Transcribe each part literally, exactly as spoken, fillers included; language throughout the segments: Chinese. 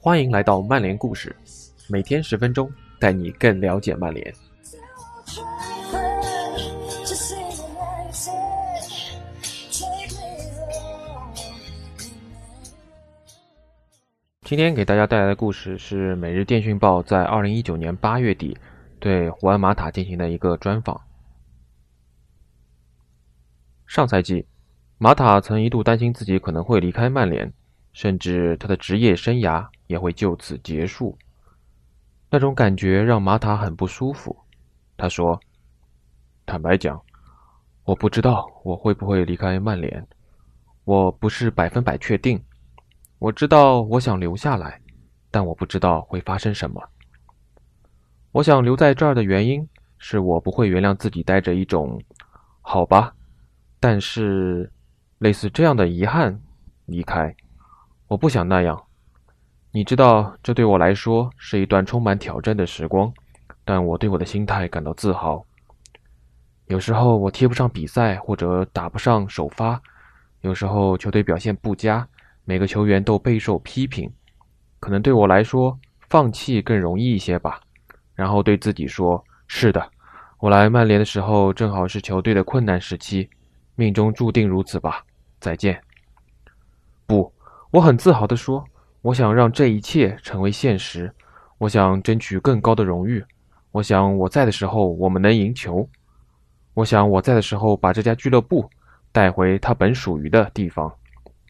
欢迎来到曼联故事，每天十分钟，带你更了解曼联。今天给大家带来的故事是《每日电讯报》在二零一九年八月底对胡安·马塔进行的一个专访。上赛季，马塔曾一度担心自己可能会离开曼联，甚至他的职业生涯也会就此结束。那种感觉让马塔很不舒服。他说：坦白讲，我不知道我会不会离开曼联，我不是百分百确定。我知道我想留下来，但我不知道会发生什么。我想留在这儿的原因是我不会原谅自己带着一种好吧，但是类似这样的遗憾离开。我不想那样。你知道，这对我来说是一段充满挑战的时光，但我对我的心态感到自豪。有时候我踢不上比赛或者打不上首发，有时候球队表现不佳，每个球员都备受批评，可能对我来说放弃更容易一些吧。然后对自己说，是的，我来曼联的时候正好是球队的困难时期，命中注定如此吧，再见。不，我很自豪地说，我想让这一切成为现实，我想争取更高的荣誉，我想我在的时候我们能赢球，我想我在的时候把这家俱乐部带回它本属于的地方。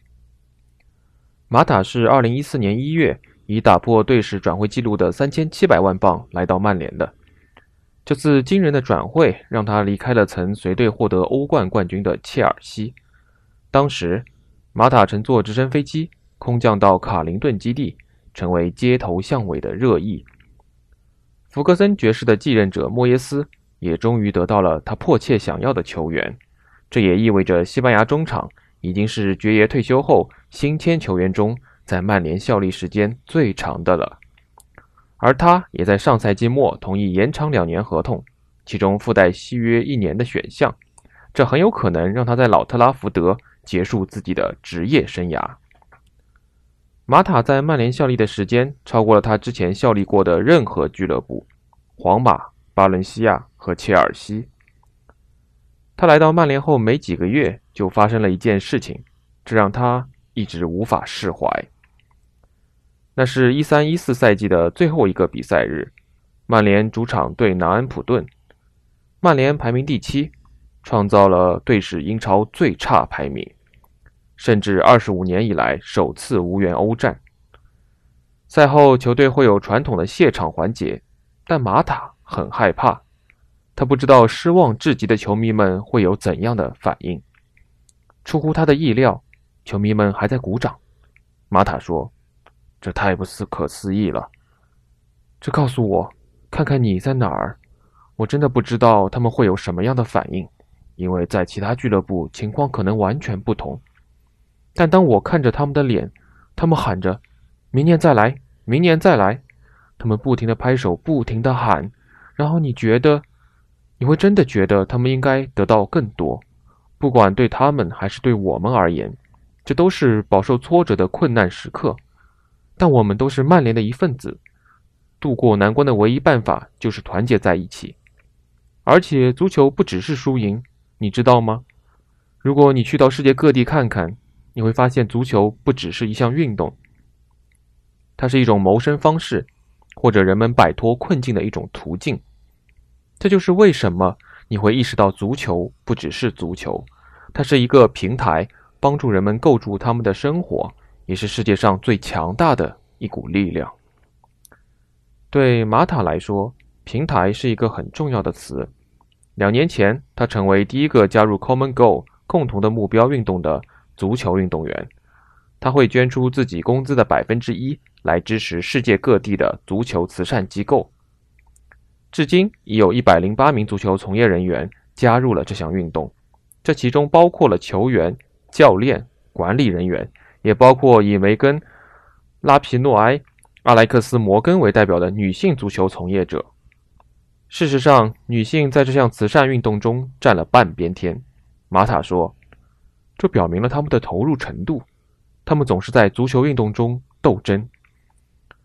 马塔是二零一四年一月以打破队史转会纪录的三千七百万镑来到曼联的。这次惊人的转会让他离开了曾随队获得欧冠冠军的切尔西。当时马塔乘坐直升飞机空降到卡林顿基地，成为街头巷尾的热议。福格森爵士的继任者莫耶斯也终于得到了他迫切想要的球员，这也意味着西班牙中场已经是爵爷退休后新签球员中在曼联效力时间最长的了。而他也在上赛季末同意延长两年合同，其中附带续约一年的选项，这很有可能让他在老特拉福德结束自己的职业生涯。马塔在曼联效力的时间超过了他之前效力过的任何俱乐部，皇马、巴伦西亚和切尔西。他来到曼联后没几个月就发生了一件事情，这让他一直无法释怀。那是一三一四赛季的最后一个比赛日，曼联主场对南安普顿。曼联排名第七，创造了队史英超最差排名，甚至二十五年以来首次无缘欧战。赛后球队会有传统的谢场环节，但马塔很害怕，他不知道失望至极的球迷们会有怎样的反应。出乎他的意料，球迷们还在鼓掌。马塔说，这太不可思议了，这告诉我看看你在哪儿。我真的不知道他们会有什么样的反应，因为在其他俱乐部情况可能完全不同。但当我看着他们的脸，他们喊着明年再来，明年再来，他们不停地拍手，不停地喊，然后你觉得你会真的觉得他们应该得到更多，不管对他们还是对我们而言，这都是饱受挫折的困难时刻，但我们都是曼联的一份子，度过难关的唯一办法就是团结在一起。而且足球不只是输赢，你知道吗？如果你去到世界各地看看，你会发现足球不只是一项运动，它是一种谋生方式，或者人们摆脱困境的一种途径。这就是为什么你会意识到足球不只是足球，它是一个平台，帮助人们构筑他们的生活，也是世界上最强大的一股力量。对马塔来说，平台是一个很重要的词。两年前，他成为第一个加入 Common Goal 共同的目标运动的足球运动员。他会捐出自己工资的百分之一来支持世界各地的足球慈善机构。至今已有一百零八名足球从业人员加入了这项运动，这其中包括了球员、教练、管理人员，也包括以梅根、拉皮诺埃、阿莱克斯·摩根为代表的女性足球从业者。事实上，女性在这项慈善运动中占了半边天。马塔说，这表明了他们的投入程度，他们总是在足球运动中斗争。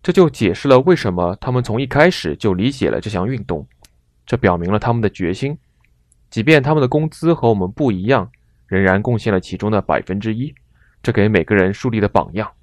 这就解释了为什么他们从一开始就理解了这项运动，这表明了他们的决心。即便他们的工资和我们不一样，仍然贡献了其中的百分之一，这给每个人树立了榜样。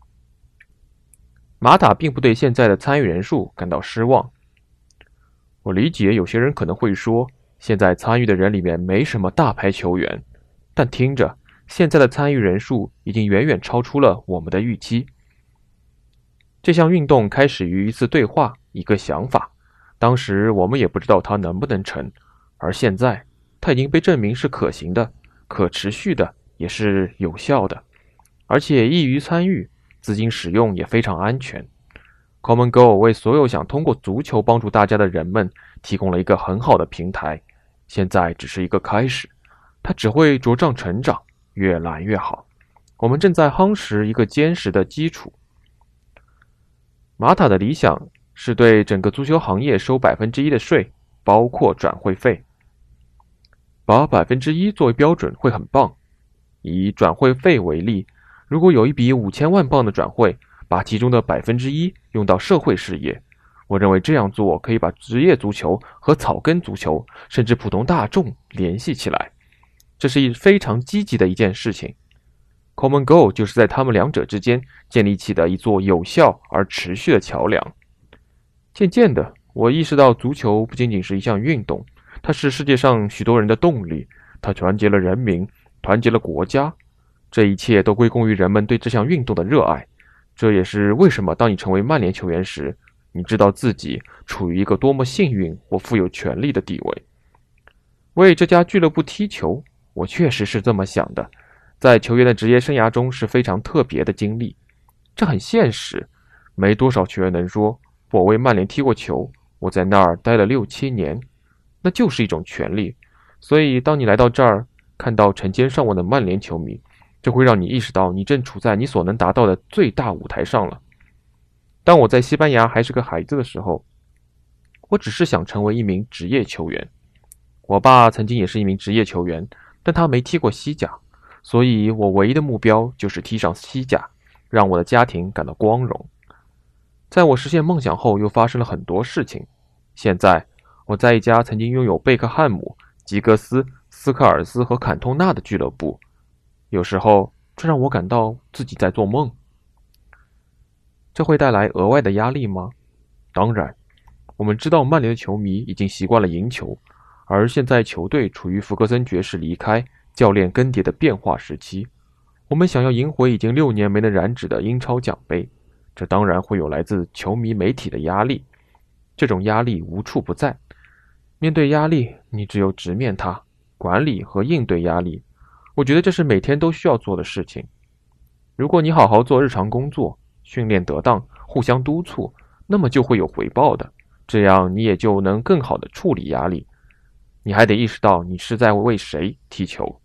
马塔并不对现在的参与人数感到失望。我理解有些人可能会说，现在参与的人里面没什么大牌球员，但听着，现在的参与人数已经远远超出了我们的预期。这项运动开始于一次对话，一个想法，当时我们也不知道它能不能成，而现在它已经被证明是可行的、可持续的，也是有效的，而且易于参与，资金使用也非常安全。Common Goal 为所有想通过足球帮助大家的人们提供了一个很好的平台，现在只是一个开始，它只会茁壮成长，越来越好。我们正在夯实一个坚实的基础。马塔的理想是对整个足球行业收百分之一的税，包括转会费。把百分之一作为标准会很棒。以转会费为例，如果有一笔五千万镑的转会，把其中的百分之一用到社会事业，我认为这样做可以把职业足球和草根足球，甚至普通大众联系起来。这是一非常积极的一件事情。Common Goal 就是在他们两者之间建立起的一座有效而持续的桥梁。渐渐的，我意识到足球不仅仅是一项运动，它是世界上许多人的动力，它团结了人民，团结了国家。这一切都归功于人们对这项运动的热爱。这也是为什么当你成为曼联球员时，你知道自己处于一个多么幸运或富有权力的地位。为这家俱乐部踢球，我确实是这么想的，在球员的职业生涯中是非常特别的经历。这很现实，没多少球员能说我为曼联踢过球，我在那儿待了六七年，那就是一种权利。所以当你来到这儿，看到成千上万的曼联球迷，这会让你意识到你正处在你所能达到的最大舞台上了。当我在西班牙还是个孩子的时候，我只是想成为一名职业球员。我爸曾经也是一名职业球员，但他没踢过西甲，所以我唯一的目标就是踢上西甲，让我的家庭感到光荣。在我实现梦想后，又发生了很多事情。现在我在一家曾经拥有贝克汉姆、吉格斯、斯科尔斯和坎通纳的俱乐部，有时候这让我感到自己在做梦。这会带来额外的压力吗？当然，我们知道曼联的球迷已经习惯了赢球，而现在球队处于福格森爵士离开、教练更迭的变化时期。我们想要赢回已经六年没能染指的英超奖杯，这当然会有来自球迷媒体的压力。这种压力无处不在。面对压力，你只有直面它，管理和应对压力。我觉得这是每天都需要做的事情。如果你好好做日常工作，训练得当，互相督促，那么就会有回报的，这样你也就能更好地处理压力。你还得意识到你是在为谁踢球。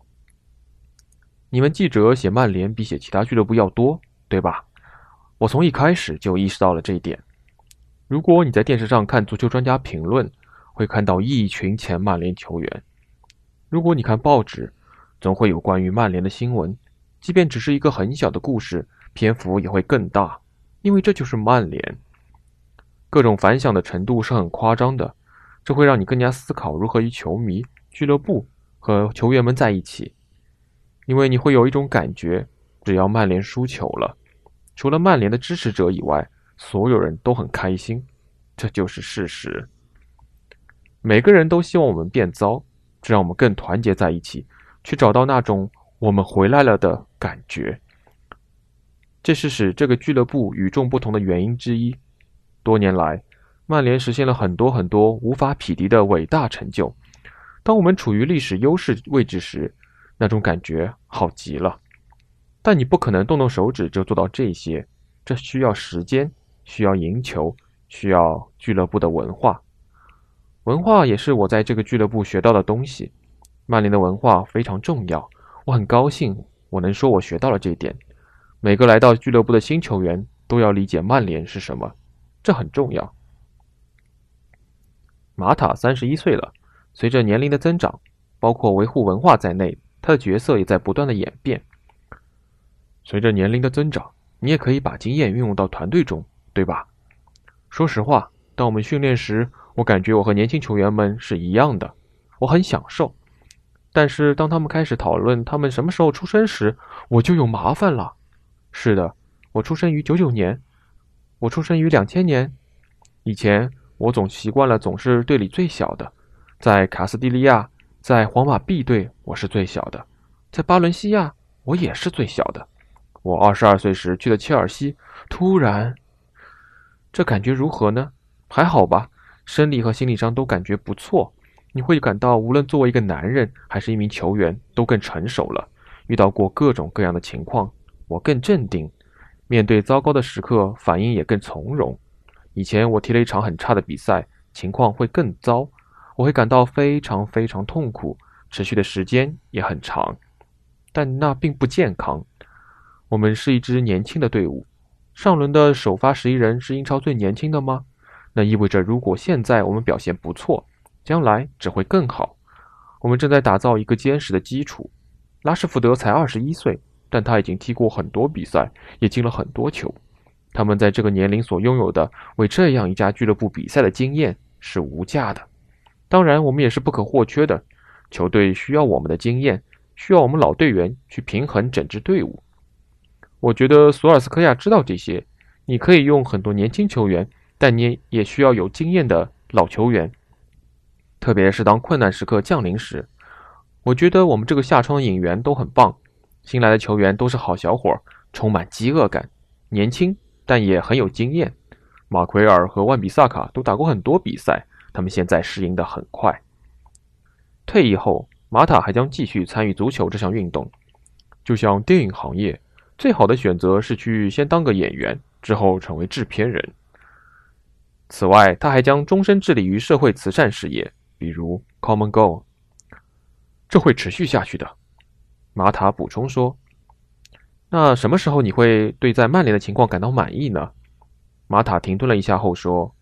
你们记者写曼联比写其他俱乐部要多，对吧？我从一开始就意识到了这一点。如果你在电视上看足球专家评论，会看到一群前曼联球员。如果你看报纸，总会有关于曼联的新闻，即便只是一个很小的故事，篇幅也会更大，因为这就是曼联。各种反响的程度是很夸张的，这会让你更加思考如何与球迷、俱乐部和球员们在一起。因为你会有一种感觉，只要曼联输球了，除了曼联的支持者以外，所有人都很开心，这就是事实。每个人都希望我们变糟，这让我们更团结在一起，去找到那种我们回来了的感觉。这是使这个俱乐部与众不同的原因之一。多年来，曼联实现了很多很多无法匹敌的伟大成就。当我们处于历史优势位置时，那种感觉好极了。但你不可能动动手指就做到这些，这需要时间，需要赢球，需要俱乐部的文化。文化也是我在这个俱乐部学到的东西。曼联的文化非常重要，我很高兴我能说我学到了这一点。每个来到俱乐部的新球员都要理解曼联是什么，这很重要。马塔三十一岁了，随着年龄的增长，包括维护文化在内，他的角色也在不断的演变。随着年龄的增长，你也可以把经验运用到团队中， 对吧？说实话，当我们训练时，我感觉我和年轻球员们是一样的，我很享受。但是当他们开始讨论他们什么时候出生时，我就有麻烦了。是的，我出生于九九年，我出生于两千年。以前我总习惯了总是队里最小的，在卡斯蒂利亚，在皇马 B 队我是最小的，在巴伦西亚我也是最小的。我二十二岁时去了切尔西，突然，这感觉如何呢？还好吧，生理和心理上都感觉不错。你会感到无论作为一个男人还是一名球员都更成熟了，遇到过各种各样的情况，我更镇定，面对糟糕的时刻反应也更从容。以前我踢了一场很差的比赛，情况会更糟，我会感到非常非常痛苦，持续的时间也很长，但那并不健康。我们是一支年轻的队伍，上轮的首发十一人是英超最年轻的吗？那意味着如果现在我们表现不错，将来只会更好。我们正在打造一个坚实的基础。拉什福德才二十一岁，但他已经踢过很多比赛，也进了很多球。他们在这个年龄所拥有的为这样一家俱乐部比赛的经验是无价的。当然，我们也是不可或缺的。球队需要我们的经验，需要我们老队员去平衡整支队伍。我觉得索尔斯克亚知道这些。你可以用很多年轻球员，但你也需要有经验的老球员。特别是当困难时刻降临时，我觉得我们这个夏窗引援都很棒，新来的球员都是好小伙，充满饥饿感，年轻但也很有经验。马奎尔和万比萨卡都打过很多比赛，他们现在适应得很快。退役后，马塔还将继续参与足球这项运动。就像电影行业，最好的选择是去先当个演员，之后成为制片人。此外，他还将终身致力于社会慈善事业，比如 Common Goal。 这会持续下去的，马塔补充说。那什么时候你会对在曼联的情况感到满意呢？马塔停顿了一下后说，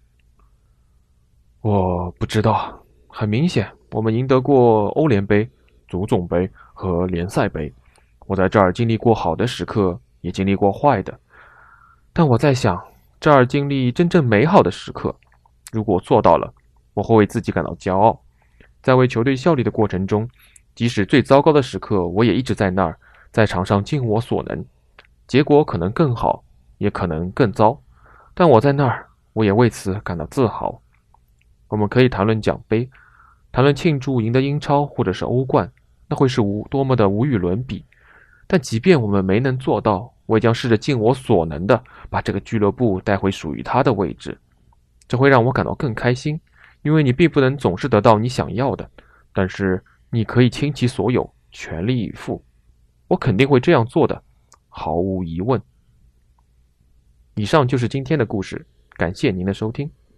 我不知道。很明显，我们赢得过欧联杯、足总杯和联赛杯。我在这儿经历过好的时刻，也经历过坏的。但我在想，这儿经历真正美好的时刻，如果做到了，我会为自己感到骄傲。在为球队效力的过程中，即使最糟糕的时刻，我也一直在那儿，在场上尽我所能。结果可能更好，也可能更糟，但我在那儿，我也为此感到自豪。我们可以谈论奖杯，谈论庆祝赢得英超或者是欧冠，那会是无多么的无与伦比。但即便我们没能做到，我也将试着尽我所能的把这个俱乐部带回属于他的位置。这会让我感到更开心，因为你并不能总是得到你想要的，但是你可以倾其所有，全力以赴。我肯定会这样做的，毫无疑问。以上就是今天的故事，感谢您的收听。